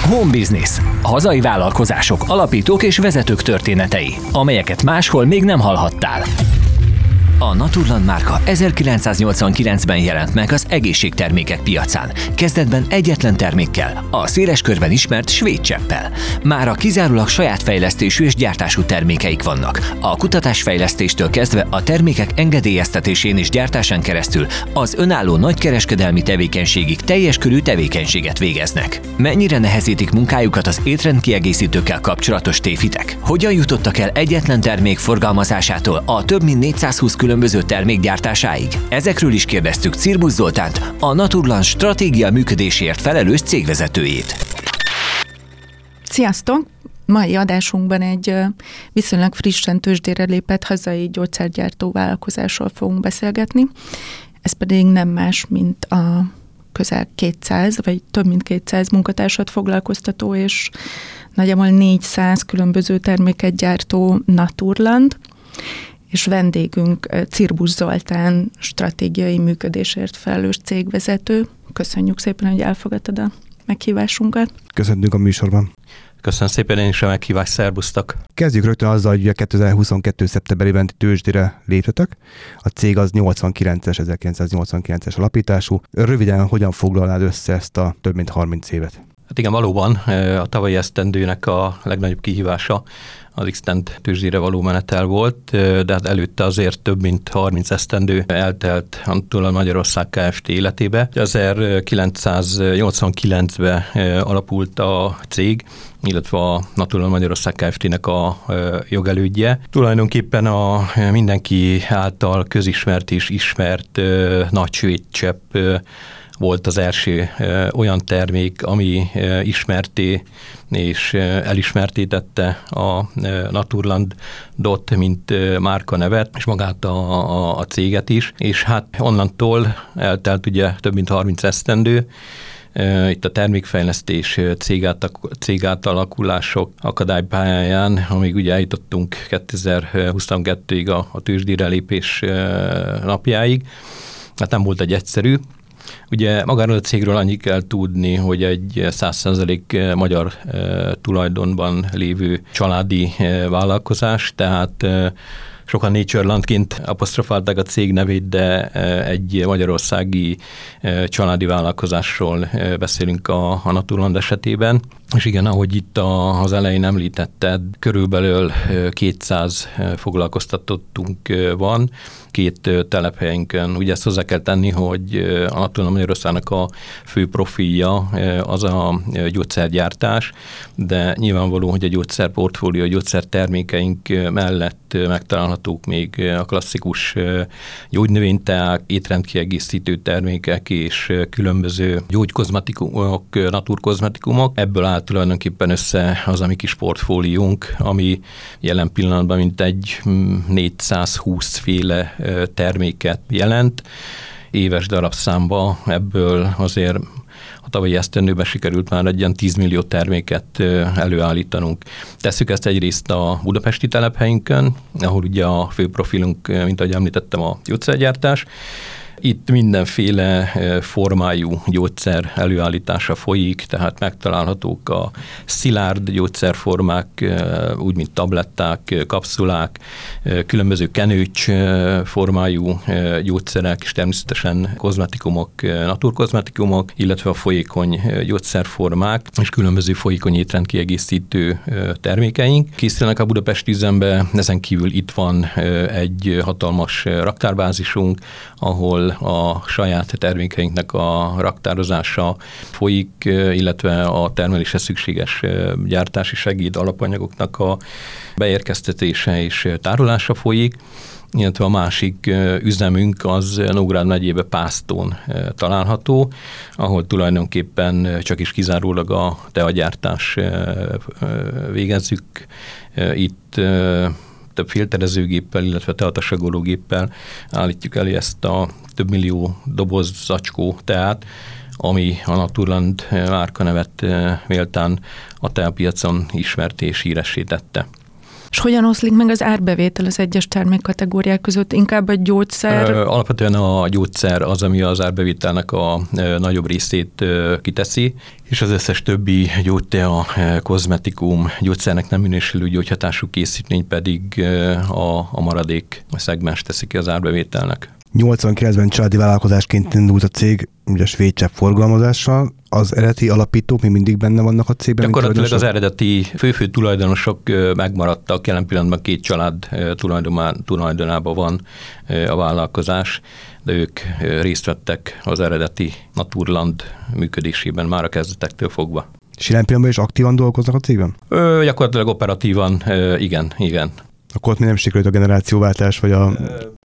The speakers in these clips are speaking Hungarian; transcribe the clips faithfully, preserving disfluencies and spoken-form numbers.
Home Business. Hazai vállalkozások, alapítók és vezetők történetei, amelyeket máshol még nem hallhattál. A Naturland márka ezerkilencszáznyolcvankilencben jelent meg az egészségtermékek piacán, kezdetben egyetlen termékkel, a széles körben ismert svéd cseppel. Mára kizárólag saját fejlesztésű és gyártású termékeik vannak. A kutatásfejlesztéstől kezdve a termékek engedélyeztetésén és gyártásán keresztül az önálló nagykereskedelmi tevékenységig teljes körű tevékenységet végeznek. Mennyire nehezítik munkájukat az étrendkiegészítőkkel kapcsolatos tévhitek? Hogyan jutottak el egyetlen termék forgalmazásától a több mint négyszázhúsz különböző termék gyártásáig? Ezekről is kérdeztük Cirbusz Zoltánt, a Naturland stratégia működéséért felelős cégvezetőjét. Sziasztok! Mai adásunkban egy viszonylag frissen tőzsdére lépett hazai gyógyszergyártó vállalkozásról fogunk beszélgetni. Ez pedig nem más, mint a közel kétszáz, vagy több mint kétszáz munkatársat foglalkoztató, és nagyjából négyszáz különböző terméket gyártó Naturland, és vendégünk Cirbusz Zoltán, stratégiai működésért felelős cégvezető. Köszönjük szépen, hogy elfogadtad a meghívásunkat. Köszöntünk a műsorban. Köszönöm szépen én is a meghívást, szervusztok! Kezdjük rögtön azzal, hogy kétezer-huszonkettő szeptemberében tőzsdére léptetek. A cég az nyolcvankilences, ezerkilencszáznyolcvankilences alapítású. Röviden hogyan foglalnád össze ezt a több mint harminc évet? Hát igen, valóban a tavalyi esztendőnek a legnagyobb kihívása az X-Tent tőzsdére való menetel volt, de hát előtte azért több mint harminc esztendő eltelt a Magyarország Kft. Életébe. ezerkilencszáznyolcvankilencben alapult a cég, illetve a Naturland Magyarország Kft.-nek a jogelődje. Tulajdonképpen a mindenki által közismert és ismert nagy svéd csepp volt az első olyan termék, ami ismerté és elismerté tette a Naturlandot, mint márkanevet, és magát a, a, a céget is. És hát onnantól eltelt ugye több mint harminc esztendő, itt a termékfejlesztés, cégátalakulások akadálypályáján, amíg ugye eljutottunk kétezer-huszonkettőig a, a tőzsdére lépés napjáig. Hát nem volt egy egyszerű. Ugye magáról a cégről annyit kell tudni, hogy egy száz százalék magyar tulajdonban lévő családi vállalkozás, tehát sokan Naturelandként apostrofálták a cég nevét, de egy magyarországi családi vállalkozásról beszélünk a, a Naturland esetében. És igen, ahogy itt a, az elején említetted, körülbelül kétszáz foglalkoztatottunk van, két telephelyünkön. Ugye ezt hozzá kell tenni, hogy a Naturland Magyarországnak a fő profilja az a gyógyszergyártás, de nyilvánvaló, hogy a gyógyszerportfólió, a gyógyszertermékeink mellett megtalálhatók még a klasszikus gyógynövényteák, étrendkiegészítő termékek és különböző gyógykozmetikumok, naturkozmetikumok. Ebből áll tulajdonképpen össze az a mi kis portfóliónk, ami jelen pillanatban mintegy négyszázhúsz féle terméket jelent. Éves darabszámba ebből azért a tavalyi esztendőben sikerült már egy ilyen tíz millió terméket előállítanunk. Tesszük ezt egyrészt a budapesti telephelyünkön, ahol ugye a fő profilunk, mint ahogy említettem, a gyógyszergyártás. Itt mindenféle formájú gyógyszer előállítása folyik, tehát megtalálhatók a szilárd gyógyszerformák, úgy mint tabletták, kapszulák, különböző kenőcs formájú gyógyszerek, és természetesen kozmetikumok, naturkozmetikumok, illetve a folyékony gyógyszerformák, és különböző folyékony étrendkiegészítő termékeink. Készülnek a budapesti üzembe, ezen kívül itt van egy hatalmas raktárbázisunk, ahol a saját termékeinknek a raktározása folyik, illetve a termeléshez szükséges gyártási segéd alapanyagoknak a beérkeztetése és tárolása folyik, illetve a másik üzemünk az Nógrád megyébe Pásztón található, ahol tulajdonképpen csak is kizárólag a teagyártás végezzük. Itt több filterezőgéppel, illetve teatasagológéppel állítjuk elő ezt a több millió doboz zacskó teát, ami a Naturland márkanevet méltán a teapiacon ismert és híressé tette. És hogyan oszlik meg az árbevétel az egyes termékkategóriák között? Inkább a gyógyszer? Alapvetően a gyógyszer az, ami az árbevételnek a nagyobb részét kiteszi, és az összes többi gyógytea, kozmetikum, gyógyszernek nem minősülő gyógyhatású készítmény pedig a, a maradék szegmens teszi ki az árbevételnek. nyolcvankilencben családi vállalkozásként indult a cég, ugye svéd csepp forgalmazással. Az eredeti alapítók még mindig benne vannak a cégben? Gyakorlatilag az eredeti fő-fő tulajdonosok megmaradtak, jelen pillanatban két család tulajdonában van a vállalkozás, de ők részt vettek az eredeti Naturland működésében már a kezdetektől fogva. És jelen pillanatban is aktívan dolgoznak a cégben? Ö, gyakorlatilag operatívan, igen, igen. Akkor ott mi nem sikerült a generációváltás, vagy a...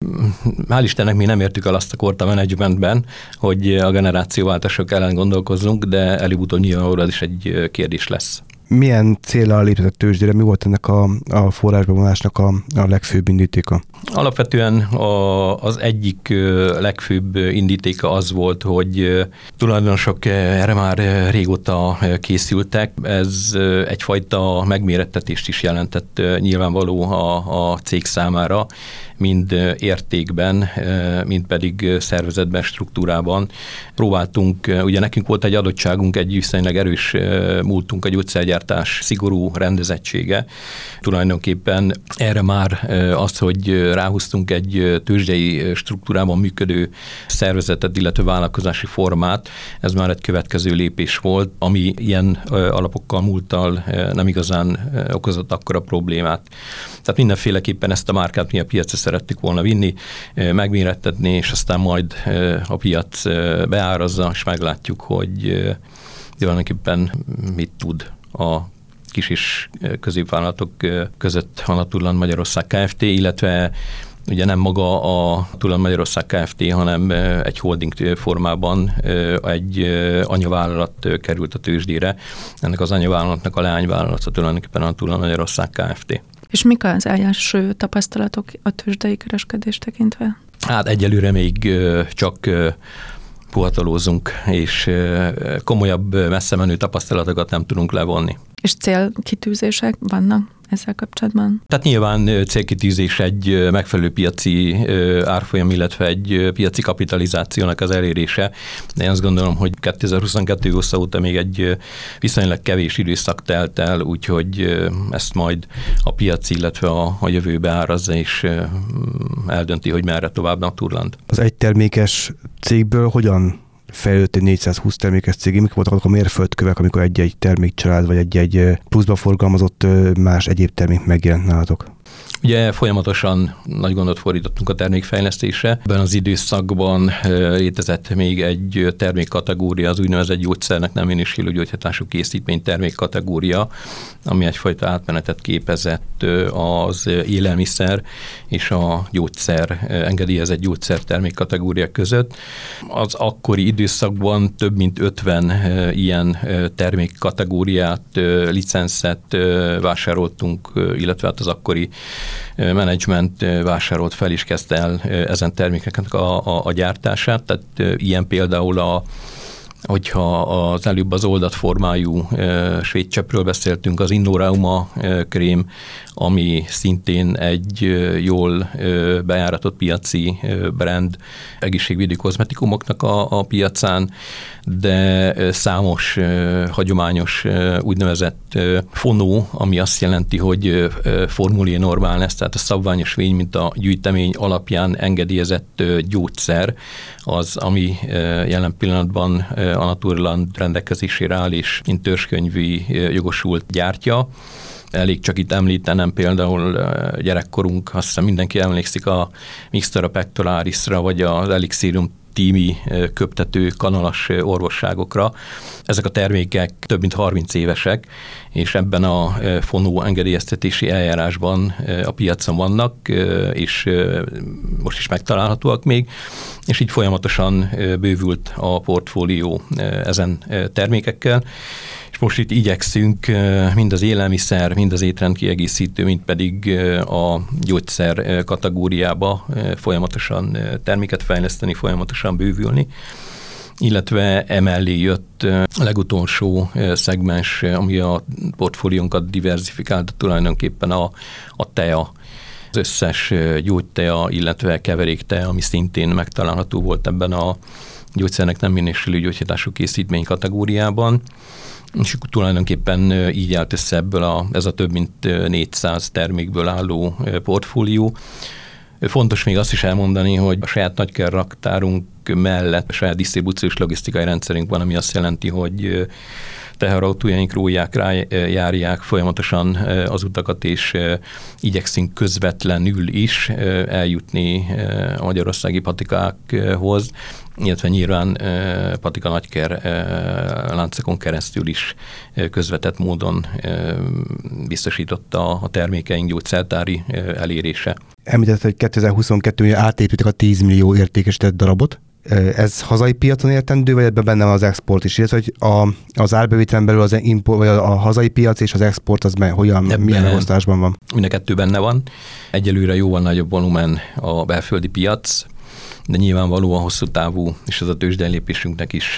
Hál' Istennek mi nem értük el azt a kort a menedzsmentben, hogy a generációváltások ellen gondolkozzunk, de előbb-utóbb nyilvánvalóan is egy kérdés lesz. Milyen céllal lépett tőzsdére? Mi volt ennek a, a forrásbevonásnak a, a legfőbb indítéka? Alapvetően a, az egyik legfőbb indítéka az volt, hogy tulajdonosok erre már régóta készültek. Ez egyfajta megmérettetést is jelentett nyilvánvaló a, a cég számára, mind értékben, mind pedig szervezetben, struktúrában. Próbáltunk, ugye nekünk volt egy adottságunk, egy viszonylag erős múltunk a gyógyszergyártás szigorú rendezettsége. Tulajdonképpen erre már az, hogy ráhúztunk egy tőzsdei struktúrában működő szervezetet, illetve vállalkozási formát, ez már egy következő lépés volt, ami ilyen alapokkal, múlttal nem igazán okozott akkora problémát. Tehát mindenféleképpen ezt a márkát mi a piacra szerettük volna vinni, megmérettetni, és aztán majd a piac beárazza, és meglátjuk, hogy tulajdonképpen mit tud a kis és középvállalatok között a Naturland Magyarország Kft., illetve ugye nem maga a Naturland Magyarország Kft., hanem egy holding formában egy anyavállalat került a tőzsdére. Ennek az anyavállalatnak a leányvállalata tulajdonképpen a Naturland Magyarország Kft. És mik az első tapasztalatok a tőzsdei kereskedés tekintve? Hát egyelőre még csak puhatolózunk, és komolyabb, messze menő tapasztalatokat nem tudunk levonni. És célkitűzések vannak ezzel kapcsolatban? Tehát nyilván célkitűzés egy megfelelő piaci árfolyam, illetve egy piaci kapitalizációnak az elérése. De én azt gondolom, hogy kétezer-huszonkettő hossza óta még egy viszonylag kevés időszak telt el, úgyhogy ezt majd a piac, illetve a, a jövő beárazza, és eldönti, hogy merre tovább Naturland. Az egytermékes cégből hogyan fejlődött egy négyszázhúsz termékes cég? Mik voltak azok a mérföldkövek, amikor egy-egy termékcsalád vagy egy-egy pluszba forgalmazott más egyéb termék megjelent nálatok? Ugye folyamatosan nagy gondot fordítottunk a termékfejlesztésre. Ebben az időszakban létezett még egy termékkategória, az úgynevezett gyógyszernek nem minősülő gyógyhatású készítmény termékkategória, ami egyfajta átmenetet képezett az élelmiszer és a gyógyszer, engedélyezett gyógyszer termékkategóriák között. Az akkori időszakban több mint ötven ilyen termékkategóriát, licenszet vásároltunk, illetve hát az akkori menedzsment vásárolt fel és kezdte el ezen termékeknek a, a, a gyártását. Tehát ilyen például a hogyha az előbb az oldatformájú e, svéd cseppről beszéltünk, az Innorauma e, krém, ami szintén egy e, jól e, bejáratott piaci e, brand egészségvédő kozmetikumoknak a, a piacán, de e, számos e, hagyományos e, úgynevezett e, fonó, ami azt jelenti, hogy e, formulé normál lesz, tehát a szabványos vény, mint a gyűjtemény alapján engedélyezett e, gyógyszer, az, ami e, jelen pillanatban e, a Naturland rendelkezésére áll, és mint törzskönyvi jogosult gyártja. Elég csak itt említenem például gyerekkorunk, azt hiszem mindenki emlékszik a Mixtura Pectorarisra, vagy az Elixirium tími köptető kanalas orvosságokra. Ezek a termékek több mint harminc évesek, és ebben a fonó engedélyeztetési eljárásban a piacon vannak, és most is megtalálhatóak még, és így folyamatosan bővült a portfólió ezen termékekkel. És most itt igyekszünk mind az élelmiszer, mind az étrendkiegészítő, mind pedig a gyógyszer kategóriába folyamatosan terméket fejleszteni, folyamatosan bővülni. illetve emellé jött a legutolsó szegmens, ami a portfóliónkat diverzifikálta, tulajdonképpen a, a tea. Az összes gyógytea, illetve keveréktea, ami szintén megtalálható volt ebben a gyógyszernek nem minősülő gyógyhatású készítmény kategóriában, és tulajdonképpen így állt össze ebből a, ez a több mint négyszáz termékből álló portfólió. Fontos még azt is elmondani, hogy a saját nagykerraktárunk mellett a saját disztribúciós logisztikai rendszerünk van, ami azt jelenti, hogy teherautójaink róják, járják folyamatosan az utakat, és igyekszünk közvetlenül is eljutni a magyarországi patikákhoz, illetve nyilván patika nagyker láncokon keresztül is közvetett módon biztosította a termékeink gyógyszertári elérése. Említett, hogy kétezer-huszonkettőben átépítek a tíz millió értékesített darabot. Ez hazai piacon értendő, vagy ebben benne van az export is? Illetve, hogy a, az árbevételen belül az import, vagy a, a hazai piac és az export az me, hogyan, ebben milyen megosztásban van? Mind a kettő benne van. Egyelőre jóval nagyobb volumen a belföldi piac, de nyilvánvalóan hosszú távú, és ez a tőzsdelépésünknek is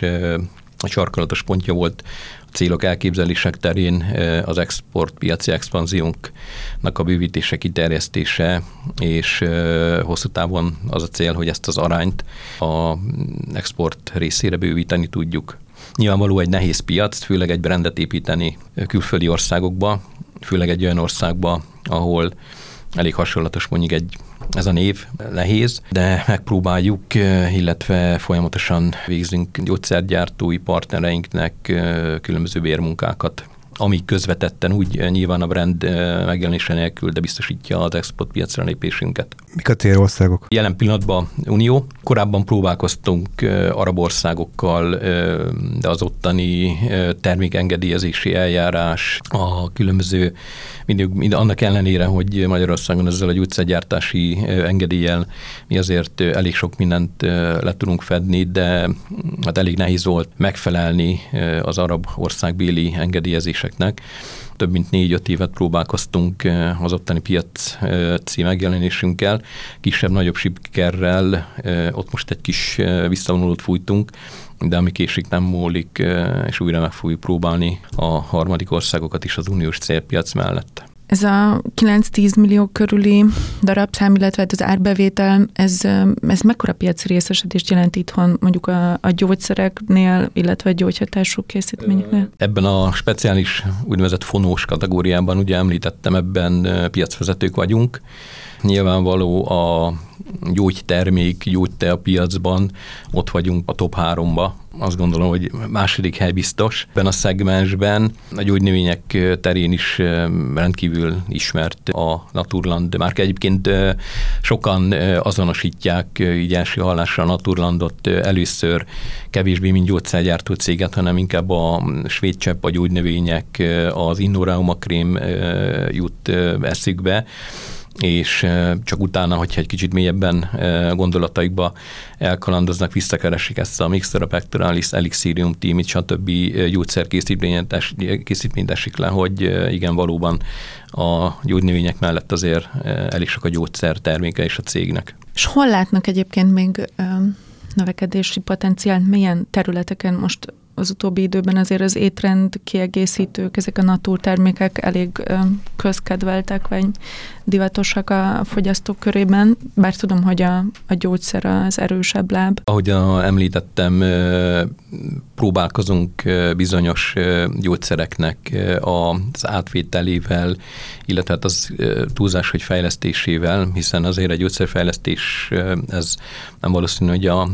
a sarkalatos pontja volt a célok elképzelések terén az export piaci expanziónknak a bővítése, kiterjesztése, és hosszú távon az a cél, hogy ezt az arányt a export részére bővíteni tudjuk. Nyilvánvaló egy nehéz piac, főleg egy brandet építeni külföldi országokba, főleg egy olyan országba, ahol elég hasonlatos mondjuk egy ez a név nehéz, de megpróbáljuk, illetve folyamatosan végzünk gyógyszergyártói partnereinknek különböző bérmunkákat, ami közvetetten úgy nyilván a brand megjelenése nélkül, de biztosítja az exportpiacra lépésünket. Mik a célországok? Jelen pillanatban Unió. Korábban próbálkoztunk arab országokkal, de az ottani termékengedélyezési eljárás, a különböző, mindig, mind annak ellenére, hogy Magyarországon ezzel a gyógyszergyártási engedéllyel mi azért elég sok mindent le tudunk fedni, de hát elég nehéz volt megfelelni az arab országbéli engedélyezéseknek. Több mint négy-öt évet próbálkoztunk az ottani piaci megjelenésünkkel, kisebb-nagyobb sikerrel, ott most egy kis visszavonulót fújtunk, de ami késik nem múlik, és újra meg fogjuk próbálni a harmadik országokat is az uniós célpiac mellett. Ez a kilenc-tíz millió körüli darabszám, illetve az árbevétel, ez, ez mekkora piaci részesedést jelent itthon mondjuk a, a gyógyszereknél, illetve a gyógyhatású készítményeknél? Ebben a speciális úgynevezett fonós kategóriában, ugye említettem, ebben piacvezetők vagyunk. Nyilvánvaló a gyógytermék, gyógytea piacban ott vagyunk a top háromba. Azt gondolom, hogy második hely biztos. Ebben a szegmensben a gyógynövények terén is rendkívül ismert a Naturland márka. Egyébként sokan azonosítják így első hallásra a Naturlandot először kevésbé, mint gyógyszergyártó céget, hanem inkább a svéd csepp, a gyógynövények, az Innorauma krém jut eszükbe, és csak utána, hogyha egy kicsit mélyebben gondolataikba elkalandoznak, visszakeresik ezt a Mixtura Pectoralis, Elixirium Teamit, stb. Gyógyszerkészítményt esik le, hogy igen, valóban a gyógynövények mellett azért elég sok a gyógyszer terméke és a cégnek. És hol látnak egyébként még növekedési potenciált, milyen területeken? Most az utóbbi időben azért az étrend kiegészítők, ezek a naturtermékek elég közkedveltek, vagy divatosak a fogyasztók körében, bár tudom, hogy a, a gyógyszer az erősebb láb. Ahogy említettem, próbálkozunk bizonyos gyógyszereknek az átvételével, illetve az túlzás, hogy fejlesztésével, hiszen azért a gyógyszerfejlesztés ez nem valószínű, hogy a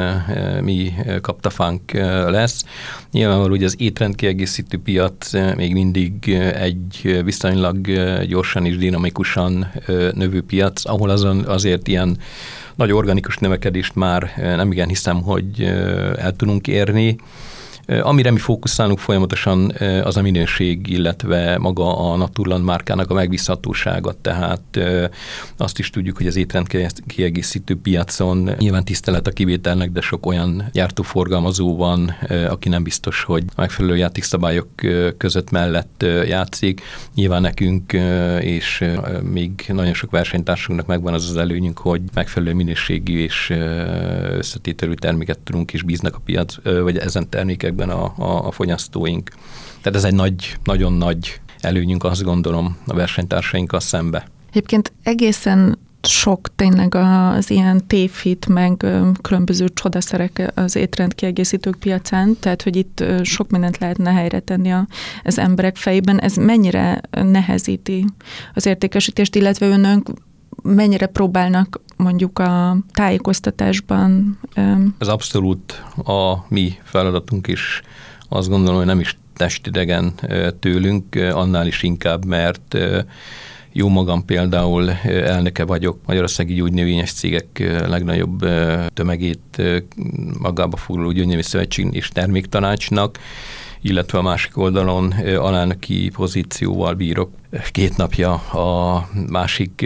mi kaptafánk lesz. Nyilvánvaló, hogy az étrendkiegészítő piac még mindig egy viszonylag gyorsan és dinamikusan növő piac, ahol azon azért ilyen nagy organikus növekedést már nem igen hiszem, hogy el tudunk érni. Amire mi fókuszálunk folyamatosan, az a minőség, illetve maga a Naturland márkának a megbízhatósága. Tehát azt is tudjuk, hogy az étrendkiegészítő piacon nyilván tisztelet a kivételnek, de sok olyan gyártóforgalmazó van, aki nem biztos, hogy megfelelő játékszabályok között mellett játszik. Nyilván nekünk és még nagyon sok versenytársunknak megvan az az előnyünk, hogy megfelelő minőségű és összetételű terméket tudunk, és bíznak a piac, vagy ezen termékekben a, a, a fogyasztóink. Tehát ez egy nagy, nagyon nagy előnyünk, azt gondolom, a versenytársainkkal szembe. Egyébként egészen sok tényleg az ilyen tévhit, meg különböző csodaszerek az étrendkiegészítők piacán, tehát hogy itt sok mindent lehetne helyre tenni az emberek fejében. Ez mennyire nehezíti az értékesítést, illetve önök mennyire próbálnak mondjuk a tájékoztatásban? Ez abszolút a mi feladatunk is, azt gondolom, hogy nem is testidegen tőlünk, annál is inkább, mert jó magam például elnöke vagyok Magyarországi Gyógynövényes Cégek legnagyobb tömegét magába foglaló Gyógynövény Szövetség és Terméktanácsnak, illetve a másik oldalon alelnöki pozícióval bírok. Két napja a másik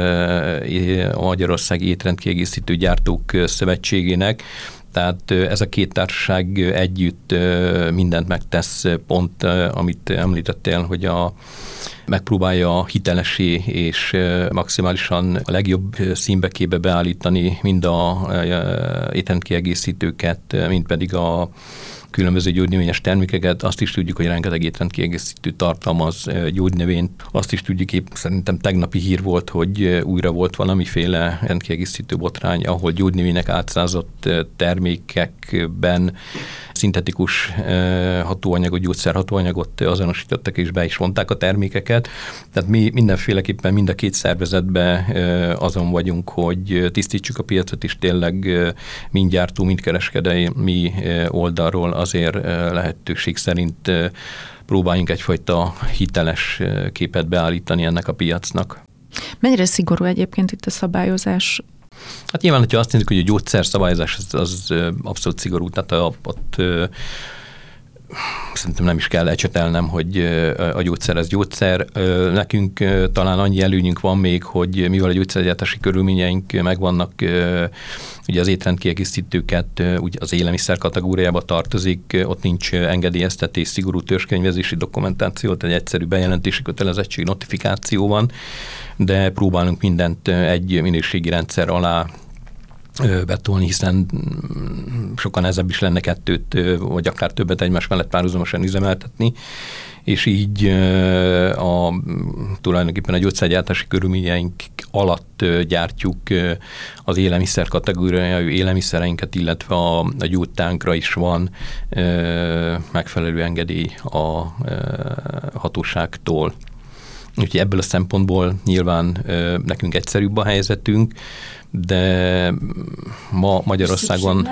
a Magyarországi Étrendkiegészítő Gyártók Szövetségének, tehát ez a két társaság együtt mindent megtesz, pont amit említettél, hogy a megpróbálja hitelessé és maximálisan a legjobb színbekébe beállítani mind a étrendkiegészítőket, mind pedig a különböző gyógynövényes termékeket. Azt is tudjuk, hogy rengeteg étrendkiegészítő tartalmaz gyógynövényt. Azt is tudjuk, épp szerintem tegnapi hír volt, hogy újra volt valamiféle étrendkiegészítő botrány, ahol gyógynövények átszázott termékekben szintetikus hatóanyagot, gyógyszerhatóanyagot azonosítottak és be is vonták a termékeket. Tehát mi mindenféleképpen mind a két szervezetben azon vagyunk, hogy tisztítsuk a piacot, és tényleg mind gyártó, mind kereskedelmi oldalról azért lehetőség szerint próbáljunk egyfajta hiteles képet beállítani ennek a piacnak. Mennyire szigorú egyébként itt a szabályozás? Hát nyilván, hogyha azt nézzük, hogy a gyógyszer szabályozás az, az abszolút szigorú, tehát a, ott szerintem nem is kell ecsetelnem, hogy a gyógyszer ez gyógyszer. Nekünk talán annyi előnyünk van még, hogy mivel a gyógyszergyártási körülményeink megvannak, ugye az étrendkiegészítőket ugye az élelmiszer kategóriába tartozik, ott nincs engedélyeztetés, szigorú törzskönyvezési dokumentáció, tehát egy egyszerű bejelentési kötelezettség, notifikáció van, de próbálunk mindent egy minőségi rendszer alá betolni, hiszen sokan nehezebb is lenne kettőt, vagy akár többet egymás mellett párhuzamosan üzemeltetni, és így a, tulajdonképpen a gyógyszergyártási körülményeink alatt gyártjuk az élelmiszer kategóriájú élelmiszereinket, illetve a, a gyógytánkra is van megfelelő engedély a hatóságtól. Úgyhogy ebből a szempontból nyilván nekünk egyszerűbb a helyzetünk, de ma Magyarországon...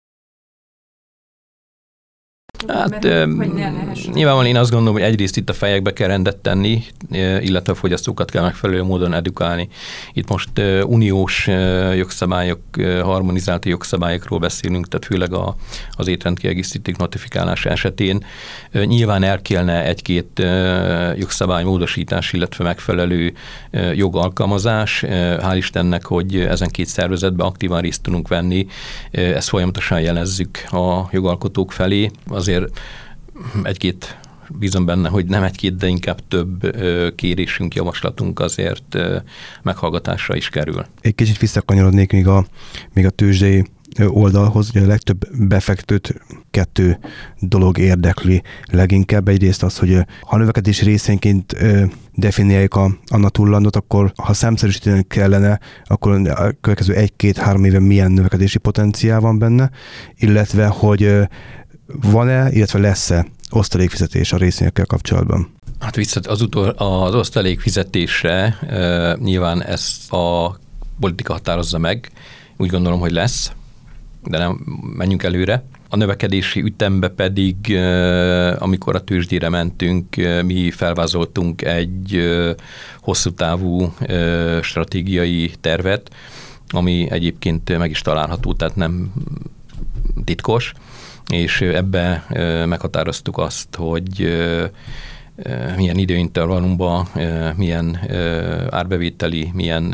Hát nyilvánvalóan én azt gondolom, hogy egyrészt itt a fejekbe kell rendet tenni, illetve a fogyasztókat kell megfelelő módon edukálni. Itt most uniós jogszabályok, harmonizált jogszabályokról beszélünk, tehát főleg a, az étrendkiegészítők notifikálása esetén. Nyilván el kellene egy-két jogszabály módosítás, illetve megfelelő jogalkalmazás. Hál' Istennek, hogy ezen két szervezetben aktívan részt tudunk venni, ezt folyamatosan jelezzük a jogalkotók felé. Azért egy-két, bízom benne, hogy nem egy-két, de inkább több kérésünk, javaslatunk azért meghallgatásra is kerül. Egy kicsit visszakanyarodnék még a, még a tőzsdei oldalhoz, ugye a legtöbb befektetőt kettő dolog érdekli leginkább. Egyrészt az, hogy ha növekedési részényként definiáljuk a, a Naturlandot, akkor ha számszerűsíteni kellene, akkor a következő egy-két-három éven milyen növekedési potenciál van benne, illetve hogy van-e, illetve lesz-e osztalékfizetés a részvényekkel kapcsolatban? Hát vissza az, utol, az osztalékfizetésre e, nyilván ezt a politika határozza meg. Úgy gondolom, hogy lesz, de nem menjünk előre. A növekedési ütembe pedig, e, amikor a tőzsdére mentünk, e, mi felvázoltunk egy e, hosszú távú e, stratégiai tervet, ami egyébként meg is található, tehát nem titkos. és ebbe meghatároztuk azt, hogy milyen időintervallumban, milyen árbevételi, milyen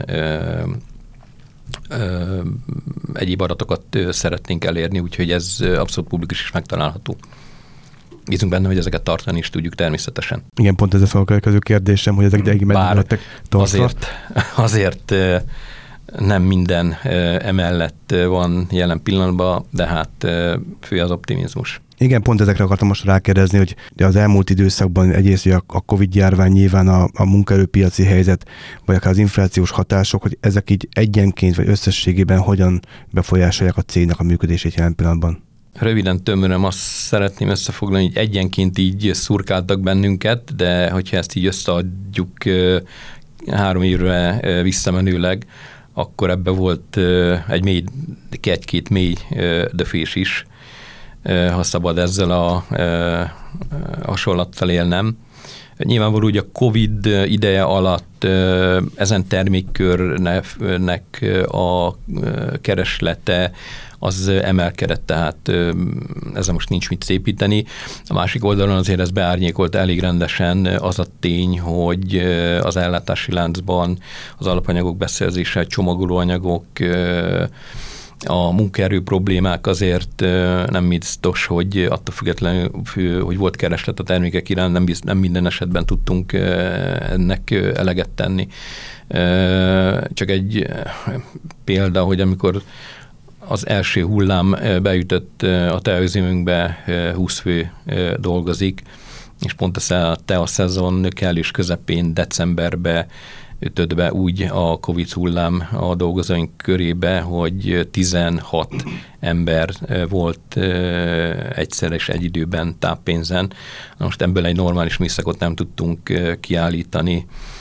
egyéb adatokat szeretnénk elérni, úgyhogy ez abszolút publikus is megtalálható. Bízunk benne, hogy ezeket tartani is tudjuk természetesen. Igen, pont ez a felkövetkező kérdésem, hogy ezek ideig meddig lettek tartva. Azért, azért nem minden emellett van jelen pillanatban, de hát fő az optimizmus. Igen, pont ezekre akartam most rákérdezni, hogy az elmúlt időszakban egyrészt a, a Covid-járvány, nyilván a, a munkaerőpiaci helyzet, vagy akár az inflációs hatások, hogy ezek így egyenként vagy összességében hogyan befolyásolják a cégnek a működését jelen pillanatban? Röviden, tömören azt szeretném összefoglalni, hogy egyenként így szurkáltak bennünket, de hogyha ezt így összeadjuk három évre visszamenőleg, akkor ebbe volt egy mély, egy-két mély döfés is, ha szabad ezzel a hasonlattal élnem. Nyilvánvaló, hogy a Covid ideje alatt ezen termékkörnek a kereslete az emelkedett, tehát ezzel most nincs mit szépíteni. A másik oldalon azért ez beárnyékolt elég rendesen az a tény, hogy az ellátási láncban az alapanyagok beszerzése, csomagolóanyagok, a munkaerő problémák azért nem biztos, hogy attól függetlenül, hogy volt kereslet a termékek iránt, nem, biz, nem minden esetben tudtunk ennek eleget tenni. Csak egy példa, hogy amikor az első hullám beütött a teaüzemünkbe, húsz fő dolgozik, és pont a teaszezon kellős közepén, decemberbe ütött be úgy a Covid hullám a dolgozóink körébe, hogy tizenhat ember volt egyszer és egy időben táppénzen. Na most ebből egy normális műszakot nem tudtunk kiállítani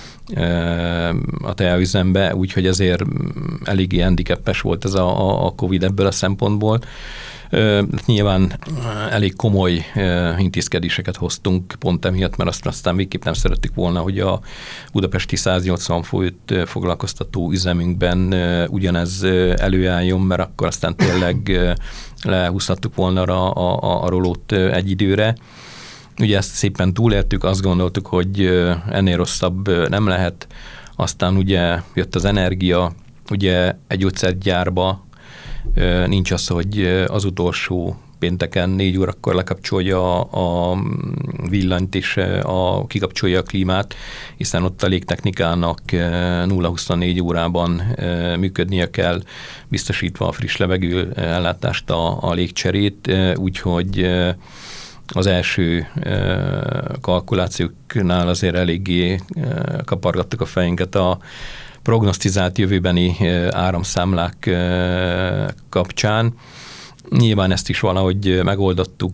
a teaüzembe, úgyhogy ezért eléggé handicapes volt ez a, a Covid ebből a szempontból. Nyilván elég komoly intézkedéseket hoztunk pont emiatt, mert azt aztán végképp nem szerettük volna, hogy a budapesti száznyolcvan főt foglalkoztató üzemünkben ugyanez előálljon, mert akkor aztán tényleg lehúzhattuk volna a, a, a rolót egy időre. Ugye ezt szépen túléltük, azt gondoltuk, hogy ennél rosszabb nem lehet. Aztán ugye jött az energia, ugye egy gyógyszergyárba nincs az, hogy az utolsó pénteken négy órakor lekapcsolja a villanyt és a, kikapcsolja a klímát, hiszen ott a légtechnikának nulla huszonnégy órában működnie kell, biztosítva a friss levegő ellátást, a, a légcserét, úgyhogy az első kalkulációknál azért eléggé kapargattuk a fejünket a prognosztizált jövőbeni áramszámlák kapcsán. Nyilván ezt is valahogy megoldottuk,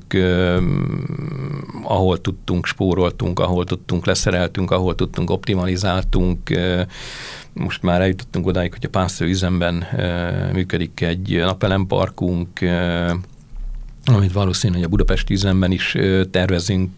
ahol tudtunk, spóroltunk, ahol tudtunk, leszereltünk, ahol tudtunk, optimalizáltunk. Most már eljutottunk odáig, hogy a Pánsző üzemben működik egy napelemparkunk, amit valószínűleg a budapesti üzemben is tervezünk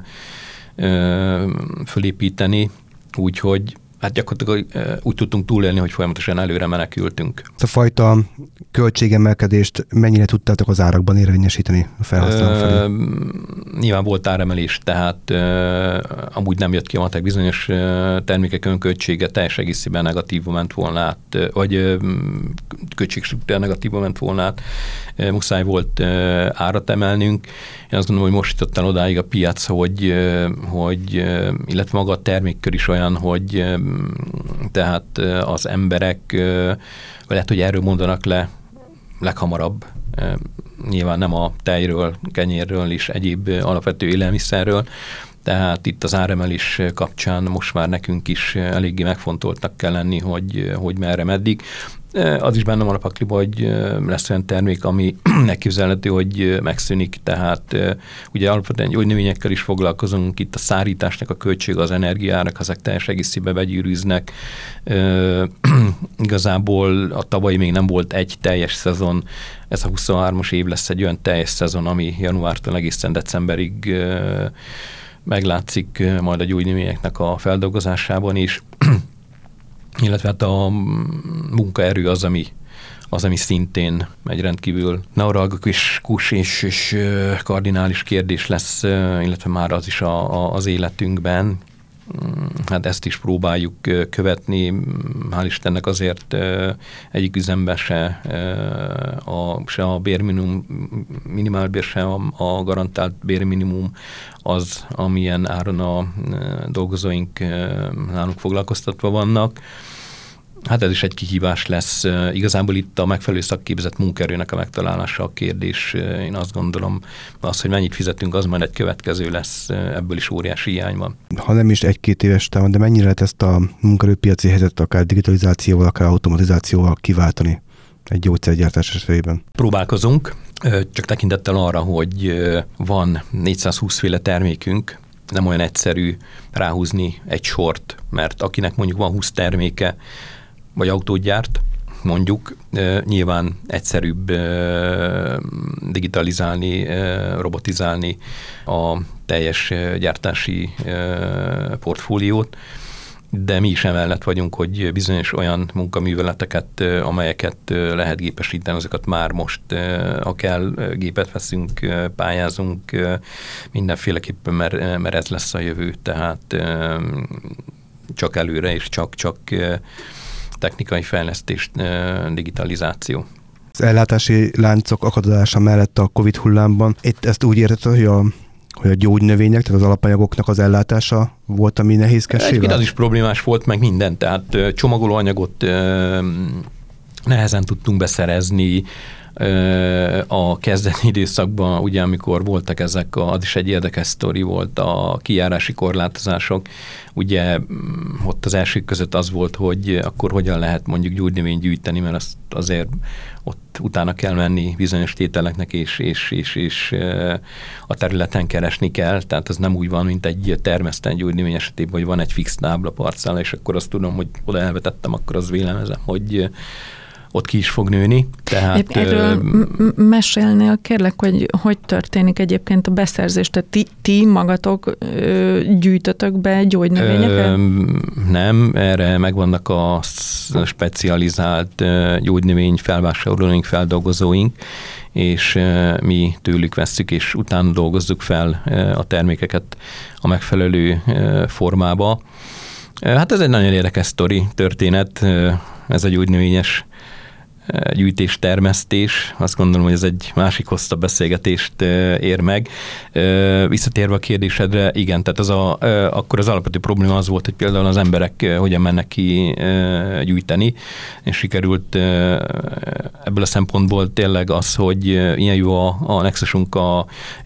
fölépíteni, úgyhogy hát gyakorlatilag úgy tudtunk túlélni, hogy folyamatosan előre menekültünk. Ez a fajta költségemelkedést mennyire tudtátok az árakban érvényesíteni a felhasználók felé? Nyilván volt áremelés, tehát ö, amúgy nem jött ki a matek bizonyos termékek önköltsége teljes egészében negatívba ment volna át, vagy költségstruktúra negatívba ment volna át. Muszáj volt ö, árat emelnünk. Én azt gondolom, hogy most jutott el odáig a piac, hogy, hogy illetve maga a termékkör is olyan, hogy tehát az emberek, vagy lehet, hogy erről mondanak le leghamarabb, nyilván nem a tejről, kenyérről és egyéb alapvető élelmiszerről, tehát itt az áremelés kapcsán most már nekünk is eléggé megfontoltnak kell lenni, hogy, hogy merre, meddig. Az is benne van a pakliba, hogy lesz olyan termék, ami megképzelhető, hogy megszűnik, tehát ugye alapvetően gyógynövényekkel is foglalkozunk, itt a szárításnak a költsége, az energiának, azok teljes egészében begyűrűznek. Igazából a tavalyi még nem volt egy teljes szezon, ez a huszonhármas év lesz egy olyan teljes szezon, ami januártól egészen decemberig meglátszik majd a gyógynövényeknek a feldolgozásában is, illetve hát a munkaerő az, ami, az, ami szintén egy rendkívül neuralgikus és, és, és kardinális kérdés lesz, illetve már az is a, a, az életünkben. Hát ezt is próbáljuk követni. Hál' Istennek azért egyik üzemben se a, se a bérminimum, minimálbér, se a, a garantált bérminimum az, amilyen áron a dolgozóink nálunk foglalkoztatva vannak. Hát ez is egy kihívás lesz. Igazából itt a megfelelő szakképzett munkaerőnek a megtalálása a kérdés. Én azt gondolom, az, hogy mennyit fizetünk, az majd egy következő lesz, ebből is óriási hiány van. Ha nem is egy-két éves távon, de mennyire lehet ezt a munkaerőpiaci helyzetet akár digitalizációval, akár automatizációval kiváltani egy gyógyszergyártás esetében? Próbálkozunk, csak tekintettel arra, hogy van négyszázhúsz féle termékünk, nem olyan egyszerű ráhúzni egy sort, mert akinek mondjuk van húsz terméke, vagy autót gyárt, mondjuk, nyilván egyszerűbb digitalizálni, robotizálni a teljes gyártási portfóliót, de mi is emellett vagyunk, hogy bizonyos olyan munkaműveleteket, amelyeket lehet gépesíteni, azokat már most, ha kell, gépet veszünk, pályázunk, mindenféleképpen, mert, mert ez lesz a jövő, tehát csak előre és csak-csak technikai fejlesztés, digitalizáció. Az ellátási láncok akadozása mellett a Covid hullámban, itt ezt úgy érted, hogy a hogy a gyógynövények, tehát az alapanyagoknak az ellátása volt, ami nehézkessé vált? Az is problémás volt, meg minden, tehát csomagolóanyagot nehezen tudtunk beszerezni, a kezdeti időszakban, ugye amikor voltak ezek, a, az is egy érdekes sztori volt, a kijárási korlátozások, ugye ott az elsők között az volt, hogy akkor hogyan lehet mondjuk gyógynövényt gyűjteni, mert azt azért ott utána kell menni bizonyos tételeknek, és, és, és, és a területen keresni kell, tehát ez nem úgy van, mint egy termesztett gyógynövény esetében, hogy van egy fix tábla parcella, és akkor azt tudom, hogy oda elvetettem, akkor az vélemezem, hogy ott ki is fog nőni. Tehát, Erről m- mesélnél kérlek, hogy hogy történik egyébként a beszerzés? Tehát ti, ti magatok ö, gyűjtötök be gyógynövényeket? Ö, nem, erre megvannak a specializált gyógynövény felvásárlóink, feldolgozóink, és mi tőlük vesszük, és utána dolgozzuk fel a termékeket a megfelelő formába. Hát ez egy nagyon érdekes sztori, történet, ez a gyógynövényes gyűjtés, termesztés. Azt gondolom, hogy ez egy másik hosszabb beszélgetést ér meg. Visszatérve a kérdésedre, igen, tehát az a, akkor az alapvető probléma az volt, hogy például az emberek hogyan mennek ki gyűjteni, és sikerült ebből a szempontból tényleg az, hogy ilyen jó a, a nexusunk a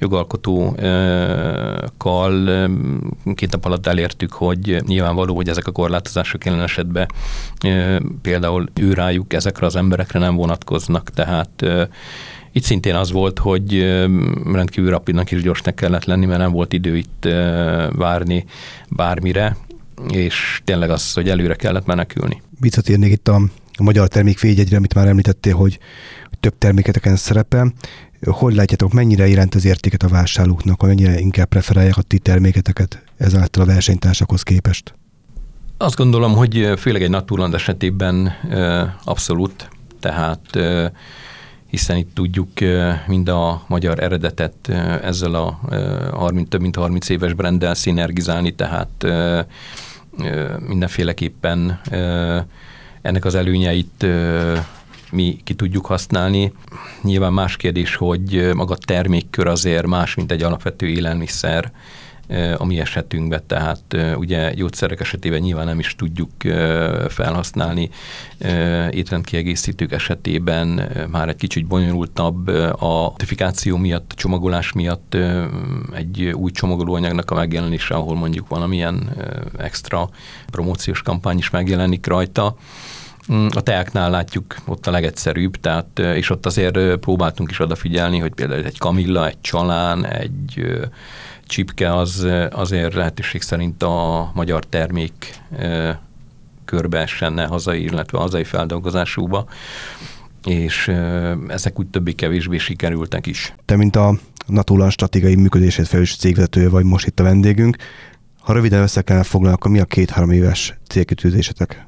jogalkotókkal, két nap alatt elértük, hogy nyilvánvaló, hogy ezek a korlátozások jelen esetben például őrájuk ezekre az emberekre nem vonatkoznak, tehát uh, itt szintén az volt, hogy uh, rendkívül rapidnak és gyorsnak kellett lenni, mert nem volt idő itt uh, várni bármire, és tényleg az, hogy előre kellett menekülni. Visszatérnék itt a, a magyar termékvédjegyre, amit már említettél, hogy több terméketeken szerepel. Hogy látjátok, mennyire jelent az értéket a vásárlóknak, vagy mennyire inkább preferálják a ti terméketeket ezáltal a versenytársakhoz képest? Azt gondolom, hogy főleg egy Naturland esetében abszolút, tehát hiszen itt tudjuk mind a magyar eredetet ezzel a harminc, több mint harminc éves branddel szinergizálni, tehát mindenféleképpen ennek az előnyeit mi ki tudjuk használni. Nyilván más kérdés, hogy maga a termékkör azért más, mint egy alapvető élelmiszer, a mi esetünkben, tehát ugye gyógyszerek esetében nyilván nem is tudjuk felhasználni, étrendkiegészítők esetében már egy kicsit bonyolultabb a notifikáció miatt, a csomagolás miatt egy új csomagolóanyagnak a megjelenése, ahol mondjuk valamilyen extra promóciós kampány is megjelenik rajta. A teáknál látjuk ott a legegyszerűbb, tehát, és ott azért próbáltunk is odafigyelni, hogy például egy kamilla, egy csalán, egy csipke az azért lehetőség szerint a magyar termék körbe essenne hazai, illetve hazai feldolgozásúba, és ezek úgy többé-kevésbé sikerültek is. Te, mint a Naturland stratégiai működését felelős cégvezetője vagy most itt a vendégünk, ha röviden össze kellene foglalni, akkor mi a két-három éves célkitűzésetek?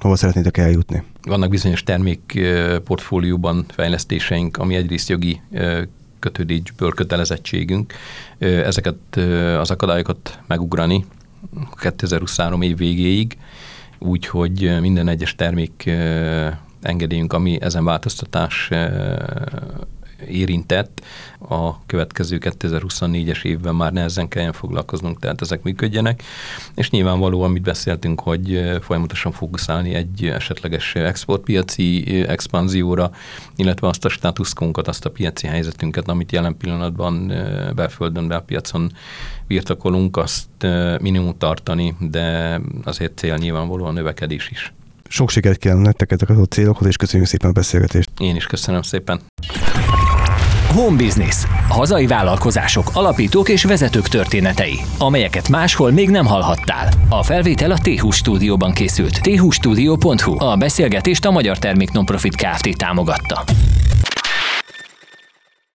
hova szeretnétek eljutni? Vannak bizonyos termékportfólióban fejlesztéseink, ami egyrészt jogi kötődésből kötelezettségünk. Ezeket az akadályokat megugrani kétezer-huszonhárom év végéig, úgyhogy minden egyes termék engedélyünk, ami ezen változtatás érintett, a következő kétezer-huszonnégyes évben már nehezen kelljen foglalkoznunk, tehát ezek működjenek, és nyilvánvaló, amit beszéltünk, hogy folyamatosan fókuszálni egy esetleges exportpiaci expanzióra, illetve azt a státuszkunkat, azt a piaci helyzetünket, amit jelen pillanatban belföldön, belpiacon birtokolunk, azt minimum tartani, de azért cél nyilvánvalóan a növekedés is. Sok sikert kívánok nektek ezeket a célokhoz, és köszönjük szépen a beszélgetést. Én is köszönöm szépen. Home Business. Hazai vállalkozások, alapítók és vezetők történetei, amelyeket máshol még nem hallhattál. A felvétel a té húsz stúdióban készült. té húsz stúdió pont hu. A beszélgetést a Magyar Termék Nonprofit Kft. Támogatta.